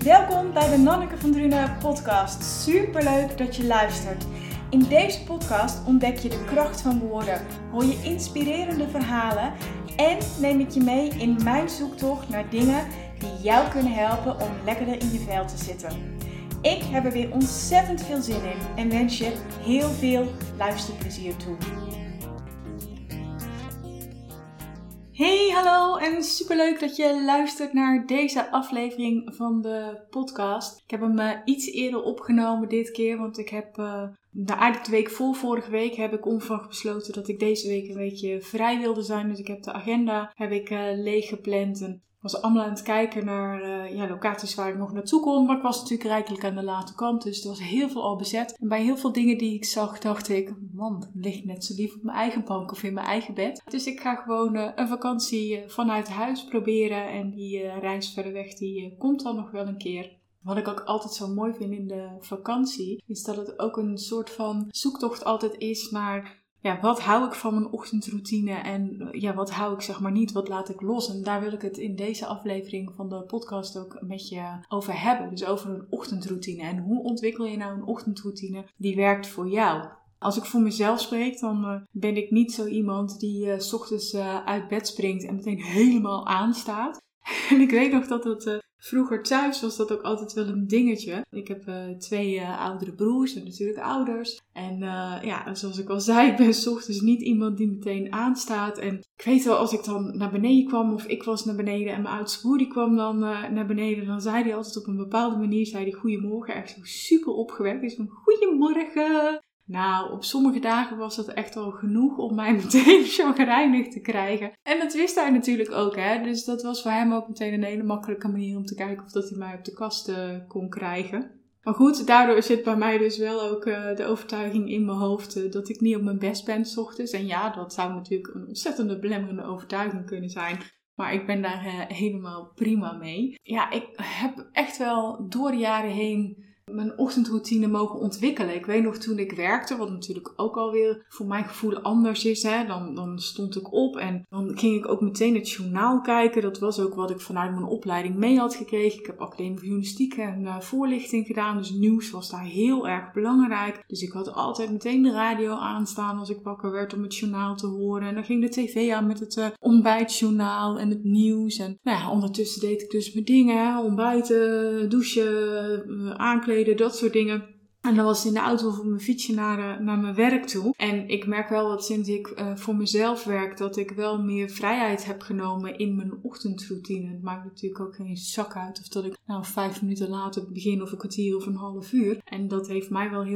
Welkom bij de Nanneke van Drunen podcast. Superleuk dat je luistert. In deze podcast ontdek je de kracht van woorden, hoor je inspirerende verhalen en neem ik je mee in mijn zoektocht naar dingen die jou kunnen helpen om lekkerder in je vel te zitten. Ik heb er weer ontzettend veel zin in en wens je heel veel luisterplezier toe. Hey, hallo en superleuk dat je luistert naar deze aflevering van de podcast. Ik heb hem iets eerder opgenomen dit keer, want ik heb eigenlijk de week voor vorige week heb ik onverwacht besloten dat ik deze week een beetje vrij wilde zijn. Dus ik heb de agenda leeg gepland en was allemaal aan het kijken naar locaties waar ik nog naartoe kon. Maar ik was natuurlijk rijkelijk aan de late kant, dus er was heel veel al bezet. En bij heel veel dingen die ik zag, dacht ik, man, dan lig ik net zo lief op mijn eigen bank of in mijn eigen bed. Dus ik ga gewoon een vakantie vanuit huis proberen en die reis verder weg, die komt dan nog wel een keer. Wat ik ook altijd zo mooi vind in de vakantie, is dat het ook een soort van zoektocht altijd is naar, wat hou ik van mijn ochtendroutine en wat hou ik zeg maar niet, wat laat ik los. En daar wil ik het in deze aflevering van de podcast ook met je over hebben. Dus over een ochtendroutine en hoe ontwikkel je nou een ochtendroutine die werkt voor jou. Als ik voor mezelf spreek, dan ben ik niet zo iemand die 's ochtends uit bed springt en meteen helemaal aanstaat. En ik weet nog dat het vroeger thuis was dat ook altijd wel een dingetje. Ik heb 2 oudere broers en natuurlijk ouders. En zoals ik al zei, ik ben 's ochtends niet iemand die meteen aanstaat. En ik weet wel, als ik dan naar beneden kwam of ik was naar beneden en mijn oudste broer die kwam dan naar beneden. Dan zei hij altijd op een bepaalde manier, goedemorgen, echt zo super opgewekt. Dus van goedemorgen. Nou, op sommige dagen was dat echt al genoeg om mij meteen chagrijnig te krijgen. En dat wist hij natuurlijk ook, hè. Dus dat was voor hem ook meteen een hele makkelijke manier om te kijken of dat hij mij op de kast kon krijgen. Maar goed, daardoor zit bij mij dus wel ook de overtuiging in mijn hoofd dat ik niet op mijn best ben 's ochtends. En ja, dat zou natuurlijk een ontzettende belemmerende overtuiging kunnen zijn. Maar ik ben daar helemaal prima mee. Ja, ik heb echt wel door de jaren heen mijn ochtendroutine mogen ontwikkelen. Ik weet nog toen ik werkte, wat natuurlijk ook alweer voor mijn gevoel anders is. Hè, dan stond ik op en dan ging ik ook meteen het journaal kijken. Dat was ook wat ik vanuit mijn opleiding mee had gekregen. Ik heb academie voor journalistiek en voorlichting gedaan. Dus nieuws was daar heel erg belangrijk. Dus ik had altijd meteen de radio aanstaan als ik wakker werd om het journaal te horen. En dan ging de tv aan met het ontbijtjournaal en het nieuws. En ondertussen deed ik dus mijn dingen. Ontbijten, douchen, aankleden. Dat soort dingen. En dan was het in de auto of op mijn fietsje naar mijn werk toe. En ik merk wel dat sinds ik voor mezelf werk, dat ik wel meer vrijheid heb genomen in mijn ochtendroutine. Het maakt natuurlijk ook geen zak uit of dat ik 5 minuten later begin of een kwartier of een half uur. En dat heeft mij wel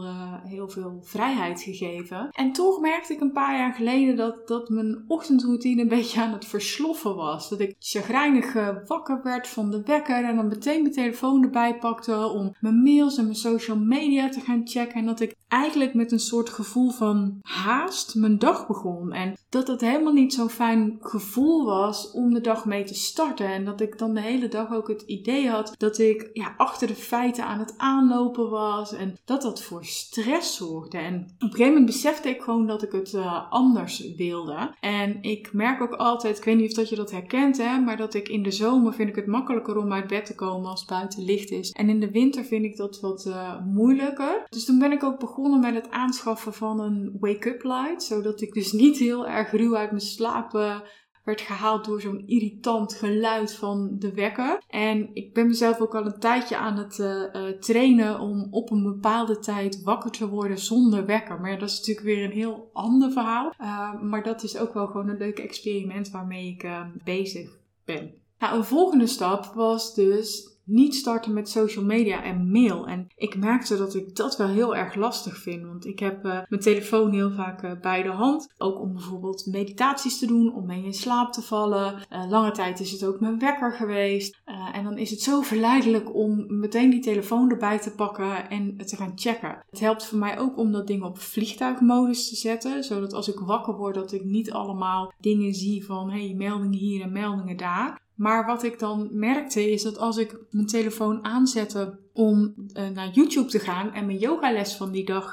heel veel vrijheid gegeven. En toch merkte ik een paar jaar geleden dat mijn ochtendroutine een beetje aan het versloffen was. Dat ik chagrijnig wakker werd van de wekker en dan meteen mijn telefoon erbij pakte om mijn mails en mijn social media te gaan checken. En dat ik eigenlijk met een soort gevoel van haast mijn dag begon. En dat het helemaal niet zo'n fijn gevoel was om de dag mee te starten. En dat ik dan de hele dag ook het idee had dat ik achter de feiten aan het aanlopen was. En dat voor stress zorgde. En op een gegeven moment besefte ik gewoon dat ik het anders wilde. En ik merk ook altijd, ik weet niet of dat je dat herkent, hè, maar dat ik in de zomer vind ik het makkelijker om uit bed te komen als het buiten licht is. En in de winter vind ik dat wat moeilijker. Dus toen ben ik ook begonnen met het aanschaffen van een wake-up light. Zodat ik dus niet heel erg ruw uit mijn slaap werd gehaald door zo'n irritant geluid van de wekker. En ik ben mezelf ook al een tijdje aan het trainen om op een bepaalde tijd wakker te worden zonder wekker. Maar dat is natuurlijk weer een heel ander verhaal. Maar dat is ook wel gewoon een leuk experiment waarmee ik bezig ben. Nou, een volgende stap was dus niet starten met social media en mail. En ik merkte dat ik dat wel heel erg lastig vind. Want ik heb mijn telefoon heel vaak bij de hand. Ook om bijvoorbeeld meditaties te doen, om mee in slaap te vallen. Lange tijd is het ook mijn wekker geweest. En dan is het zo verleidelijk om meteen die telefoon erbij te pakken en te gaan checken. Het helpt voor mij ook om dat ding op vliegtuigmodus te zetten. Zodat als ik wakker word, dat ik niet allemaal dingen zie van meldingen hier en meldingen daar. Maar wat ik dan merkte is dat als ik mijn telefoon aanzette om naar YouTube te gaan en mijn yogales van die dag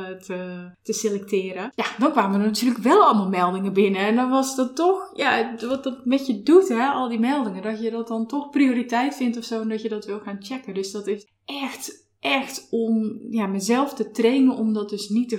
te selecteren. Ja, dan kwamen er natuurlijk wel allemaal meldingen binnen. En dan was dat toch, ja, wat dat met je doet, hè, al die meldingen. Dat je dat dan toch prioriteit vindt of zo en dat je dat wil gaan checken. Dus dat is echt om mezelf te trainen om dat dus niet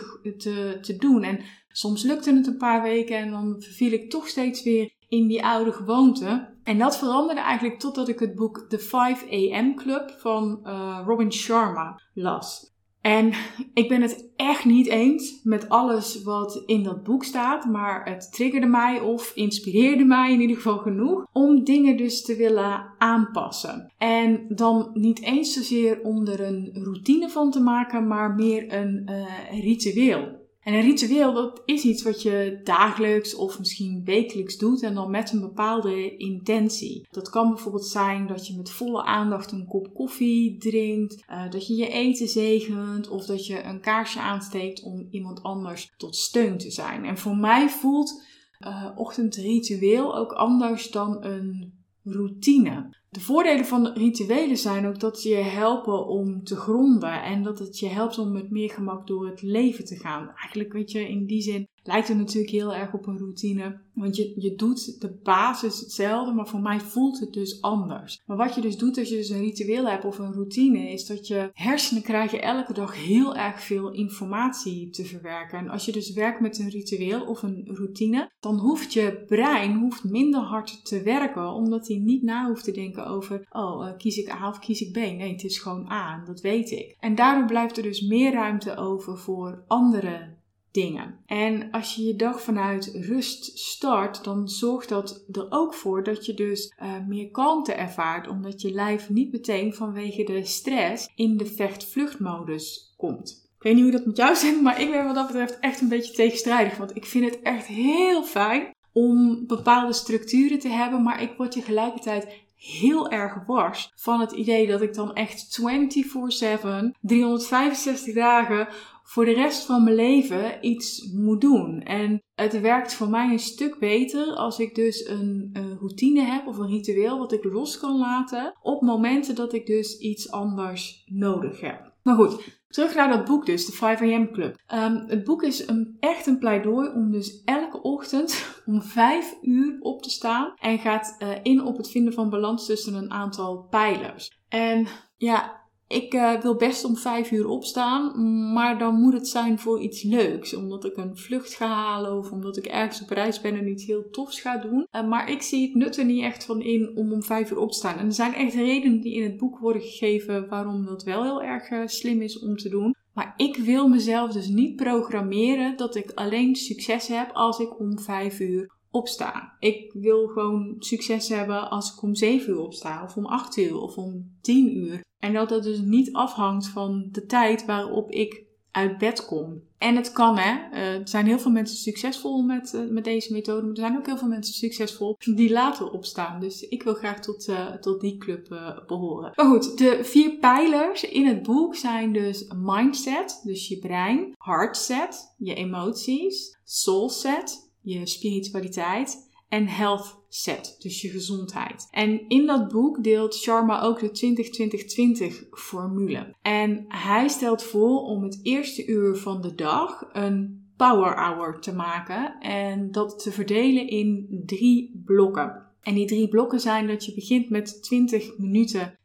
te doen. En soms lukte het een paar weken en dan verviel ik toch steeds weer in die oude gewoonte. En dat veranderde eigenlijk totdat ik het boek The 5 AM Club van Robin Sharma las. En ik ben het echt niet eens met alles wat in dat boek staat, maar het triggerde mij of inspireerde mij in ieder geval genoeg om dingen dus te willen aanpassen. En dan niet eens zozeer om er een routine van te maken, maar meer een ritueel. En een ritueel, dat is iets wat je dagelijks of misschien wekelijks doet en dan met een bepaalde intentie. Dat kan bijvoorbeeld zijn dat je met volle aandacht een kop koffie drinkt, dat je je eten zegent of dat je een kaarsje aansteekt om iemand anders tot steun te zijn. En voor mij voelt ochtendritueel ook anders dan een routine. De voordelen van rituelen zijn ook dat ze je helpen om te gronden en dat het je helpt om met meer gemak door het leven te gaan. Eigenlijk, weet je, in die zin lijkt het natuurlijk heel erg op een routine, want je doet de basis hetzelfde, maar voor mij voelt het dus anders. Maar wat je dus doet als je dus een ritueel hebt of een routine, is dat je hersenen krijgen elke dag heel erg veel informatie te verwerken. En als je dus werkt met een ritueel of een routine, dan hoeft je brein minder hard te werken, omdat hij niet na hoeft te denken over, kies ik A of kies ik B? Nee, het is gewoon A en dat weet ik. En daardoor blijft er dus meer ruimte over voor andere dingen. En als je je dag vanuit rust start, dan zorgt dat er ook voor dat je dus meer kalmte ervaart, omdat je lijf niet meteen vanwege de stress in de vecht-vluchtmodus komt. Ik weet niet hoe dat met jou zit, maar ik ben wat dat betreft echt een beetje tegenstrijdig, want ik vind het echt heel fijn om bepaalde structuren te hebben, maar ik word tegelijkertijd heel erg wars van het idee dat ik dan echt 24/7, 365 dagen voor de rest van mijn leven iets moet doen. En het werkt voor mij een stuk beter als ik dus een routine heb of een ritueel wat ik los kan laten op momenten dat ik dus iets anders nodig heb. Maar goed, terug naar dat boek dus, de 5 AM Club. Het boek is echt een pleidooi om dus elke ochtend om 5 uur op te staan en gaat in op het vinden van balans tussen een aantal pijlers. En ja, ik wil best om 5 uur opstaan, maar dan moet het zijn voor iets leuks. Omdat ik een vlucht ga halen of omdat ik ergens op reis ben en iets heel tofs ga doen. Maar ik zie het nut er niet echt van in om 5 uur op te staan. En er zijn echt redenen die in het boek worden gegeven waarom dat wel heel erg slim is om te doen. Maar ik wil mezelf dus niet programmeren dat ik alleen succes heb als ik om 5 uur opsta. Ik wil gewoon succes hebben als ik om 7 uur opsta of om 8 uur of om 10 uur. En dat dat dus niet afhangt van de tijd waarop ik uit bed kom. En het kan, hè. Er zijn heel veel mensen succesvol met deze methode. Maar er zijn ook heel veel mensen succesvol die later opstaan. Dus ik wil graag tot die club behoren. Maar goed, de 4 pijlers in het boek zijn dus mindset, dus je brein. Heartset, je emoties. Soulset, je spiritualiteit. En health set, dus je gezondheid. En in dat boek deelt Sharma ook de 20-20-20 formule. En hij stelt voor om het eerste uur van de dag een power hour te maken en dat te verdelen in 3 blokken. En die 3 blokken zijn dat je begint met 20 minuten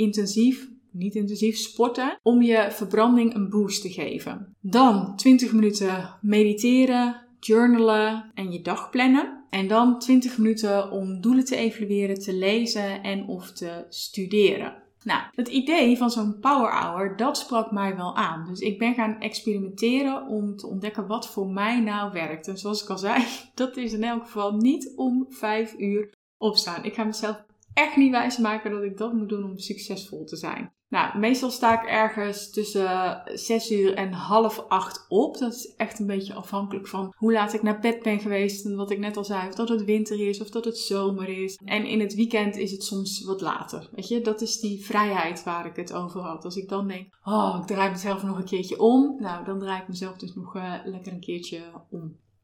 niet intensief sporten om je verbranding een boost te geven. Dan 20 minuten mediteren, journalen en je dag plannen. En dan 20 minuten om doelen te evalueren, te lezen en of te studeren. Nou, het idee van zo'n power hour, dat sprak mij wel aan. Dus ik ben gaan experimenteren om te ontdekken wat voor mij nou werkt. En zoals ik al zei, dat is in elk geval niet om 5 uur opstaan. Ik ga mezelf echt niet wijsmaken dat ik dat moet doen om succesvol te zijn. Nou, meestal sta ik ergens tussen 6 uur en 7:30 op. Dat is echt een beetje afhankelijk van hoe laat ik naar bed ben geweest. En wat ik net al zei, of dat het winter is of dat het zomer is. En in het weekend is het soms wat later. Weet je, dat is die vrijheid waar ik het over had. Als ik dan denk, ik draai mezelf nog een keertje om. Nou, dan draai ik mezelf dus nog lekker een keertje om.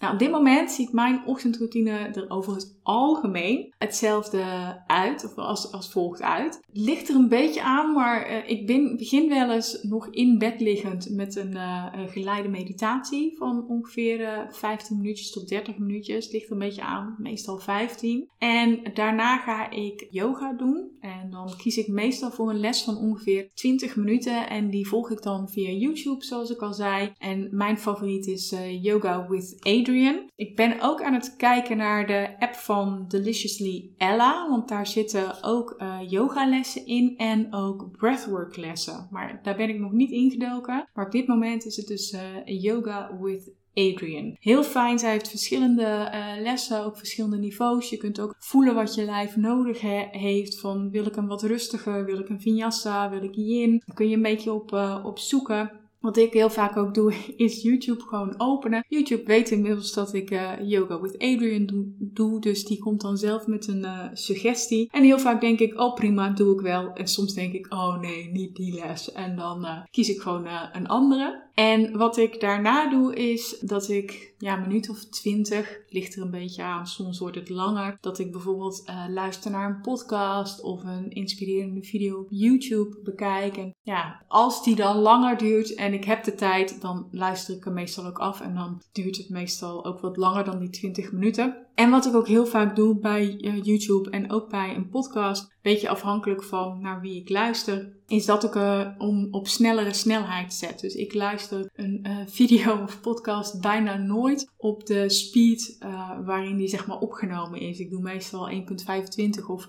Nou, op dit moment ziet mijn ochtendroutine er over het algemeen hetzelfde uit, of als volgt uit. Het ligt er een beetje aan, maar ik begin wel eens nog in bed liggend met een geleide meditatie van ongeveer 15 minuutjes tot 30 minuutjes. Het ligt er een beetje aan, meestal 15. En daarna ga ik yoga doen en dan kies ik meestal voor een les van ongeveer 20 minuten en die volg ik dan via YouTube, zoals ik al zei. En mijn favoriet is Yoga with Adriene. Ik ben ook aan het kijken naar de app van Deliciously Ella, want daar zitten ook yogalessen in en ook breathwork lessen. Maar daar ben ik nog niet ingedoken. Maar op dit moment is het dus Yoga with Adriene. Heel fijn, zij heeft verschillende lessen, ook verschillende niveaus. Je kunt ook voelen wat je lijf nodig heeft. Van wil ik hem wat rustiger, wil ik een vinyasa, wil ik yin. Daar kun je een beetje op zoeken. Wat ik heel vaak ook doe, is YouTube gewoon openen. YouTube weet inmiddels dat ik Yoga with Adriene doe. Dus die komt dan zelf met een suggestie. En heel vaak denk ik, oh prima, doe ik wel. En soms denk ik, oh nee, niet die les. En dan kies ik gewoon een andere. En wat ik daarna doe is dat ik een minuut of 20, ligt er een beetje aan, soms wordt het langer, dat ik bijvoorbeeld luister naar een podcast of een inspirerende video op YouTube bekijk. En ja, als die dan langer duurt en ik heb de tijd, dan luister ik hem meestal ook af en dan duurt het meestal ook wat langer dan die 20 minuten. En wat ik ook heel vaak doe bij YouTube en ook bij een podcast, een beetje afhankelijk van naar wie ik luister, is dat ik op snellere snelheid zet. Dus ik luister een video of podcast bijna nooit op de speed waarin die zeg maar opgenomen is. Ik doe meestal 1.25 of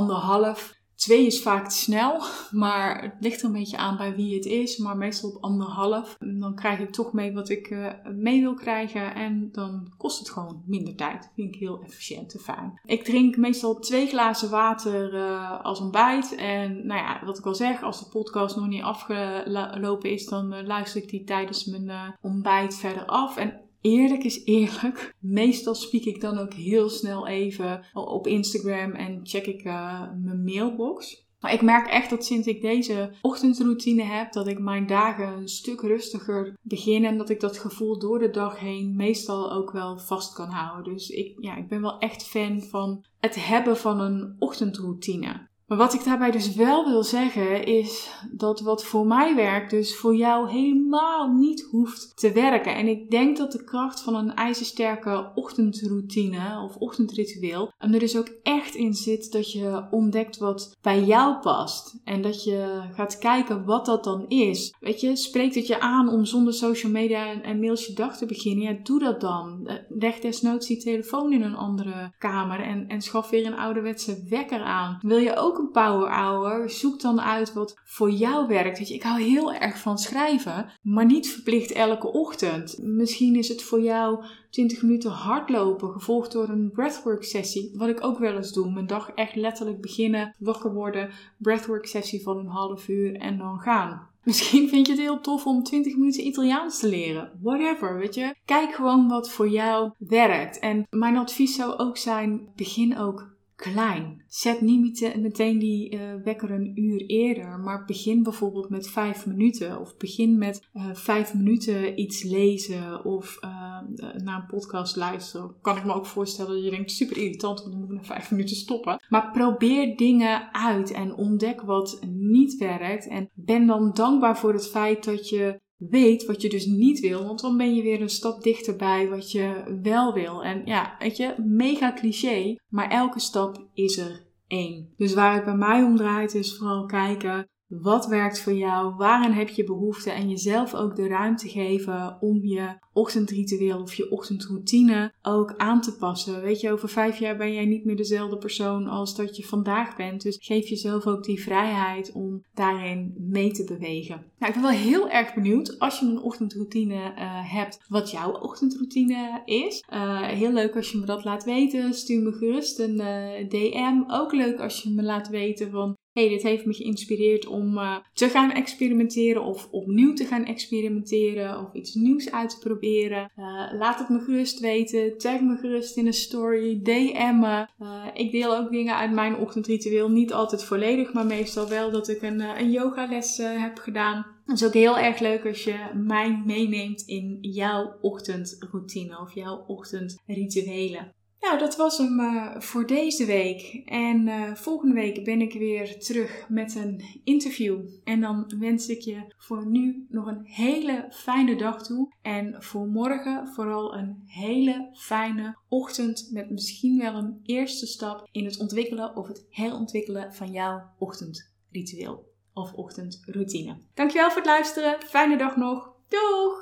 1,5. 2 is vaak te snel, maar het ligt er een beetje aan bij wie het is. Maar meestal op 1,5. Dan krijg ik toch mee wat ik mee wil krijgen. En dan kost het gewoon minder tijd. Dat vind ik heel efficiënt en fijn. Ik drink meestal 2 glazen water als ontbijt. En nou ja, wat ik al zeg, als de podcast nog niet afgelopen is, dan luister ik die tijdens mijn ontbijt verder af. En eerlijk is eerlijk. Meestal spiek ik dan ook heel snel even op Instagram en check ik mijn mailbox. Maar ik merk echt dat sinds ik deze ochtendroutine heb, dat ik mijn dagen een stuk rustiger begin. En dat ik dat gevoel door de dag heen meestal ook wel vast kan houden. Dus ik ben wel echt fan van het hebben van een ochtendroutine. Maar wat ik daarbij dus wel wil zeggen is dat wat voor mij werkt dus voor jou helemaal niet hoeft te werken. En ik denk dat de kracht van een ijzersterke ochtendroutine of ochtendritueel er dus ook echt in zit dat je ontdekt wat bij jou past. En dat je gaat kijken wat dat dan is. Weet je, spreekt het je aan om zonder social media en mails je dag te beginnen? Ja, doe dat dan. Leg desnoods die telefoon in een andere kamer en schaf weer een ouderwetse wekker aan. Wil je ook een power hour? Zoek dan uit wat voor jou werkt. Weet je, ik hou heel erg van schrijven, maar niet verplicht elke ochtend. Misschien is het voor jou 20 minuten hardlopen, gevolgd door een breathwork sessie. Wat ik ook wel eens doe. Mijn dag echt letterlijk beginnen, wakker worden, breathwork sessie van een half uur en dan gaan. Misschien vind je het heel tof om 20 minuten Italiaans te leren. Whatever, weet je. Kijk gewoon wat voor jou werkt. En mijn advies zou ook zijn, begin ook klein. Zet niet meteen die wekker een uur eerder, maar begin bijvoorbeeld met 5 minuten. Of begin met 5 minuten iets lezen of naar een podcast luisteren. Kan ik me ook voorstellen dat je denkt, super irritant, want dan moet ik na 5 minuten stoppen. Maar probeer dingen uit en ontdek wat niet werkt. En ben dan dankbaar voor het feit dat je weet wat je dus niet wil, want dan ben je weer een stap dichterbij wat je wel wil. En ja, weet je, mega cliché, maar elke stap is er 1. Dus waar het bij mij om draait is vooral kijken, wat werkt voor jou, waarin heb je behoefte en jezelf ook de ruimte geven om je ochtendritueel of je ochtendroutine ook aan te passen. Weet je, over 5 jaar ben jij niet meer dezelfde persoon als dat je vandaag bent. Dus geef jezelf ook die vrijheid om daarin mee te bewegen. Nou, ik ben wel heel erg benieuwd als je een ochtendroutine hebt, wat jouw ochtendroutine is. Heel leuk als je me dat laat weten. Stuur me gerust een DM. Ook leuk als je me laat weten van dit heeft me geïnspireerd om te gaan experimenteren of opnieuw te gaan experimenteren of iets nieuws uit te proberen. Laat het me gerust weten. Tag me gerust in een story. DM me. Ik deel ook dingen uit mijn ochtendritueel. Niet altijd volledig, maar meestal wel dat ik een yogales heb gedaan. Het is ook heel erg leuk als je mij meeneemt in jouw ochtendroutine of jouw ochtendrituelen. Nou, dat was hem voor deze week. En volgende week ben ik weer terug met een interview. En dan wens ik je voor nu nog een hele fijne dag toe. En voor morgen vooral een hele fijne ochtend met misschien wel een eerste stap in het ontwikkelen of het herontwikkelen van jouw ochtendritueel of ochtendroutine. Dankjewel voor het luisteren. Fijne dag nog. Doeg!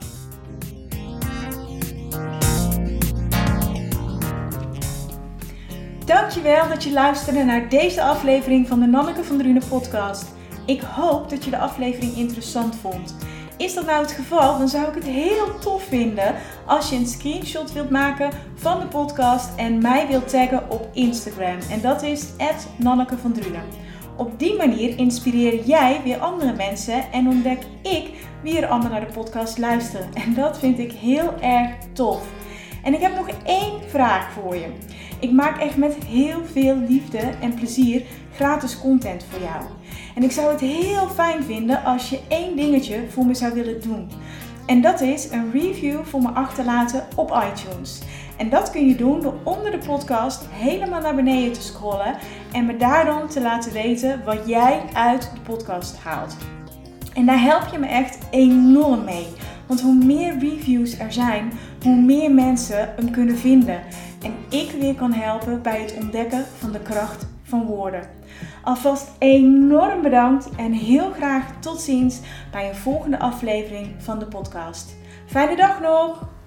Dankjewel dat je luisterde naar deze aflevering van de Nanneke van Drunen podcast. Ik hoop dat je de aflevering interessant vond. Is dat nou het geval, dan zou ik het heel tof vinden als je een screenshot wilt maken van de podcast en mij wilt taggen op Instagram. En dat is @NannekeVanDrunen. Op die manier inspireer jij weer andere mensen en ontdek ik wie er allemaal naar de podcast luisteren. En dat vind ik heel erg tof. En ik heb nog 1 vraag voor je. Ik maak echt met heel veel liefde en plezier gratis content voor jou. En ik zou het heel fijn vinden als je 1 dingetje voor me zou willen doen. En dat is een review voor me achterlaten op iTunes. En dat kun je doen door onder de podcast helemaal naar beneden te scrollen en me daar dan te laten weten wat jij uit de podcast haalt. En daar help je me echt enorm mee. Want hoe meer reviews er zijn, hoe meer mensen hem kunnen vinden. En ik weer kan helpen bij het ontdekken van de kracht van woorden. Alvast enorm bedankt en heel graag tot ziens bij een volgende aflevering van de podcast. Fijne dag nog!